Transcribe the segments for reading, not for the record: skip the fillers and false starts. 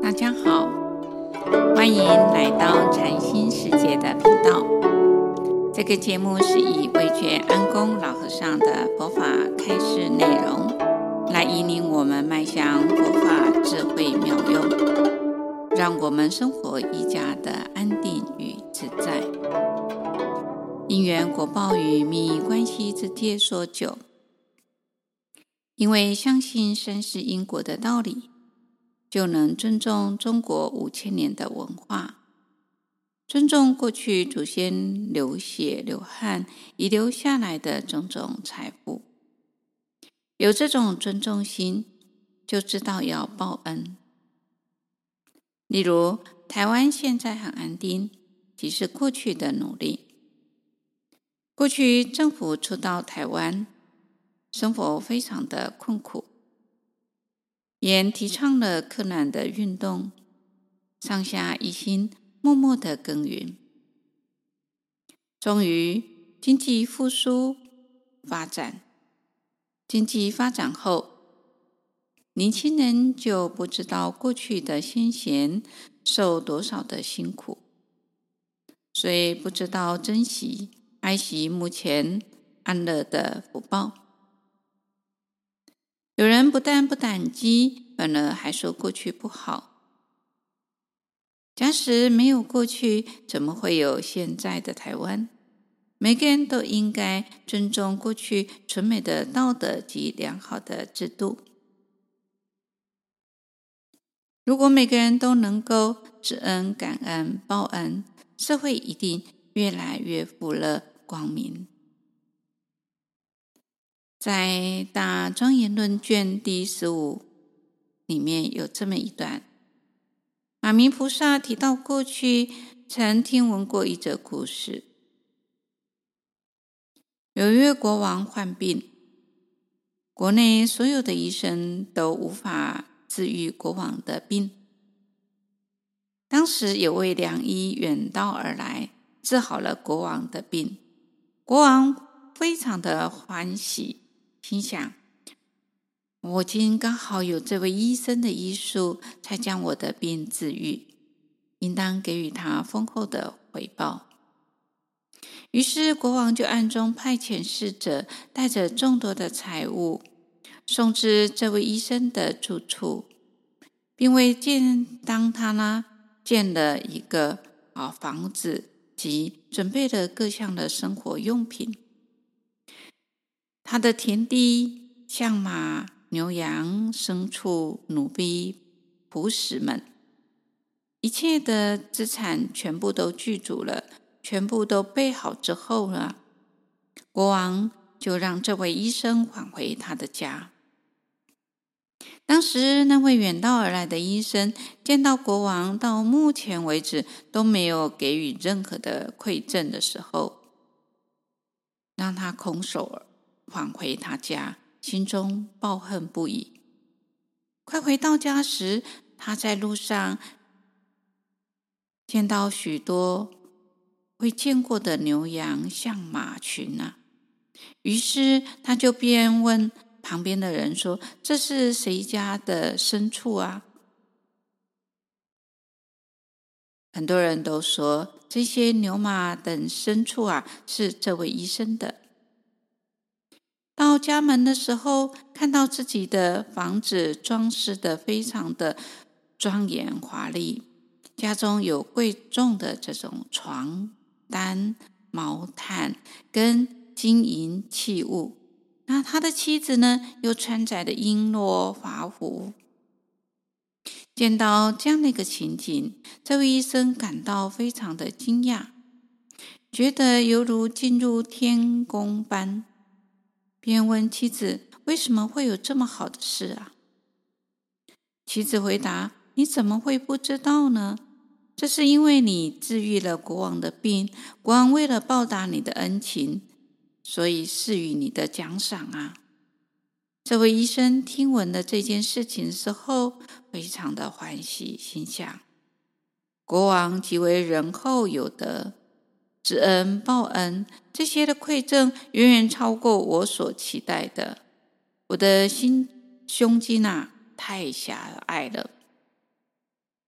大家好，欢迎来到禅心世界的频道。这个节目是以惟觉安公老和尚的佛法开示内容，来引领我们迈向佛法智慧妙用，让我们生活愈加的安定与自在。因缘果报与密关系之界所久，因为相信生死因果的道理，就能尊重中国5000年的文化，尊重过去祖先流血流汗遗留下来的种种财富。有这种尊重心，就知道要报恩。例如台湾现在很安定，即是过去的努力。过去政府初到台湾，生活非常的困苦，也提倡了克难的运动，上下一心，默默的耕耘。终于经济复苏发展，经济发展后，年轻人就不知道过去的先贤受多少的辛苦，所以不知道珍惜爱惜目前安乐的福报。有人不但不感激，反而还说过去不好。假使没有过去，怎么会有现在的台湾？每个人都应该尊重过去纯美的道德及良好的制度。如果每个人都能够知恩、感恩、报恩，社会一定越来越富乐光明。在大庄严论卷第15里面有这么一段，马明菩萨提到过去曾听闻过一则故事。有一位国王患病，国内所有的医生都无法治愈国王的病。当时有位良医远道而来，治好了国王的病。国王非常的欢喜，心想，我今刚好有这位医生的医术，才将我的病治愈，应当给予他丰厚的回报。于是国王就暗中派遣使者，带着众多的财物，送至这位医生的住处，并为当他建了一个房子及准备了各项的生活用品。他的田地、象马、牛羊、牲畜、奴婢、仆使们，一切的资产全部都具足了，全部都备好之后了，国王就让这位医生返回他的家。当时那位远道而来的医生见到国王到目前为止都没有给予任何的馈赠的时候，让他空手返回他家，心中抱恨不已。快回到家时，他在路上见到许多未见过的牛羊象马群于是他就便问旁边的人说，这是谁家的牲畜啊？很多人都说这些牛马等牲畜是这位医生的。到家门的时候，看到自己的房子装饰得非常的庄严华丽，家中有贵重的这种床单、毛毯跟金银器物。那他的妻子呢，又穿载的璎珞华服。见到这样的一个情景，这位医生感到非常的惊讶，觉得犹如进入天宫般，便问妻子，为什么会有这么好的事啊？妻子回答，你怎么会不知道呢？这是因为你治愈了国王的病，国王为了报答你的恩情，所以赐予你的奖赏啊。这位医生听闻了这件事情之后，非常的欢喜，心想，国王极为仁厚有德，知恩报恩，这些的馈赠远远超过我所期待的，我的胸襟太狭隘了。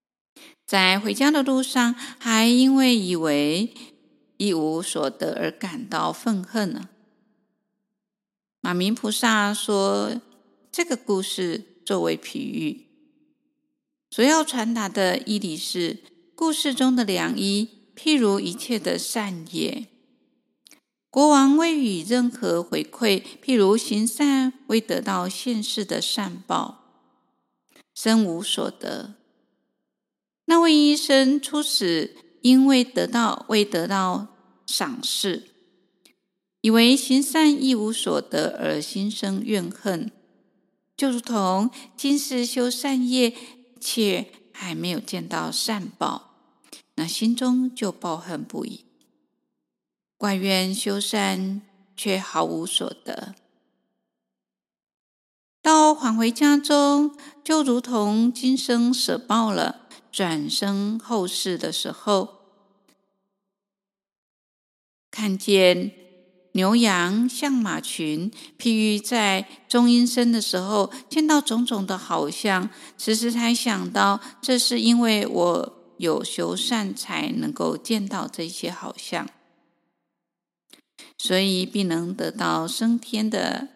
在回家的路上，还因为以为一无所得而感到愤恨呢。马明菩萨说，这个故事作为比喻，所要传达的义理是，故事中的良医譬如一切的善业，国王未予任何回馈，譬如行善未得到现世的善报，身无所得。那位医生初始因为未得到赏识，以为行善一无所得而心生怨恨，就如同今世修善业却还没有见到善报，那心中就抱恨不已，怪怨修善却毫无所得。到返回家中，就如同今生舍报了，转生后世的时候，看见牛羊象马群，譬喻在中阴身的时候见到种种的好相，此时才想到，这是因为我有修善才能够见到这些好相，所以必能得到升天的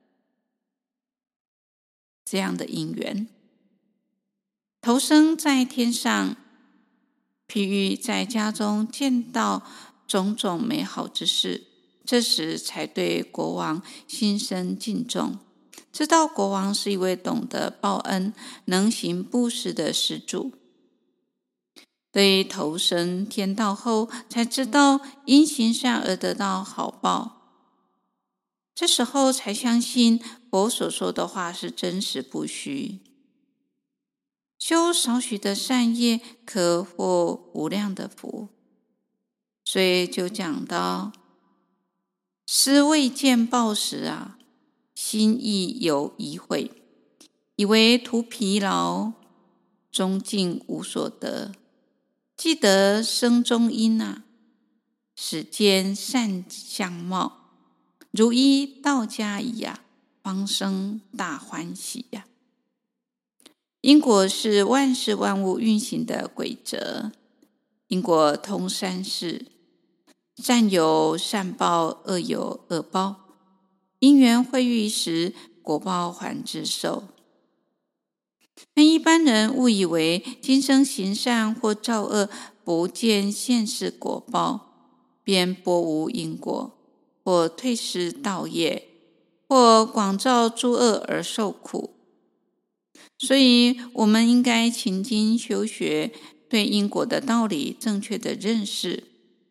这样的因缘。投生在天上，譬喻在家中见到种种美好之事，这时才对国王心生敬重，知道国王是一位懂得报恩、能行布施的施主。对投生天道后，才知道因行善而得到好报，这时候才相信佛所说的话是真实不虚。修少许的善业，可获无量的福。所以就讲到，思未见报时啊，心亦有疑悔，以为徒疲劳，终尽无所得。既得生中因啊，始见善相貌，如依道家矣啊，方生大欢喜呀。因果是万事万物运行的规则，因果通三世，善有善报，恶有恶报。因缘会遇时，果报还自受。但一般人误以为今生行善或造恶，不见现世果报，便拨无因果，或退失道业，或广造诸恶而受苦。所以我们应该勤精修学，对因果的道理正确的认识，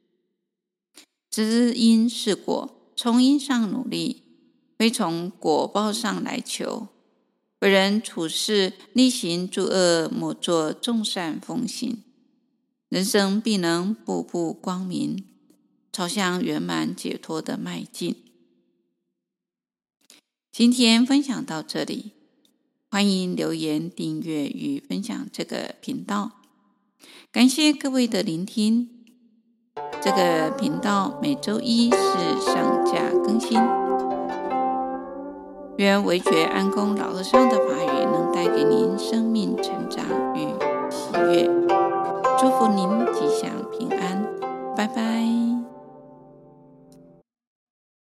知因是果，从因上努力，非从果报上来求。为人处事，力行诸恶，莫作众善奉行，人生必能步步光明，朝向圆满解脱的迈进。今天分享到这里，欢迎留言、订阅与分享这个频道。感谢各位的聆听。这个频道每周一是上架更新。愿惟觉安公老和尚的法语能带给您生命成长与喜悦，祝福您吉祥平安，拜拜。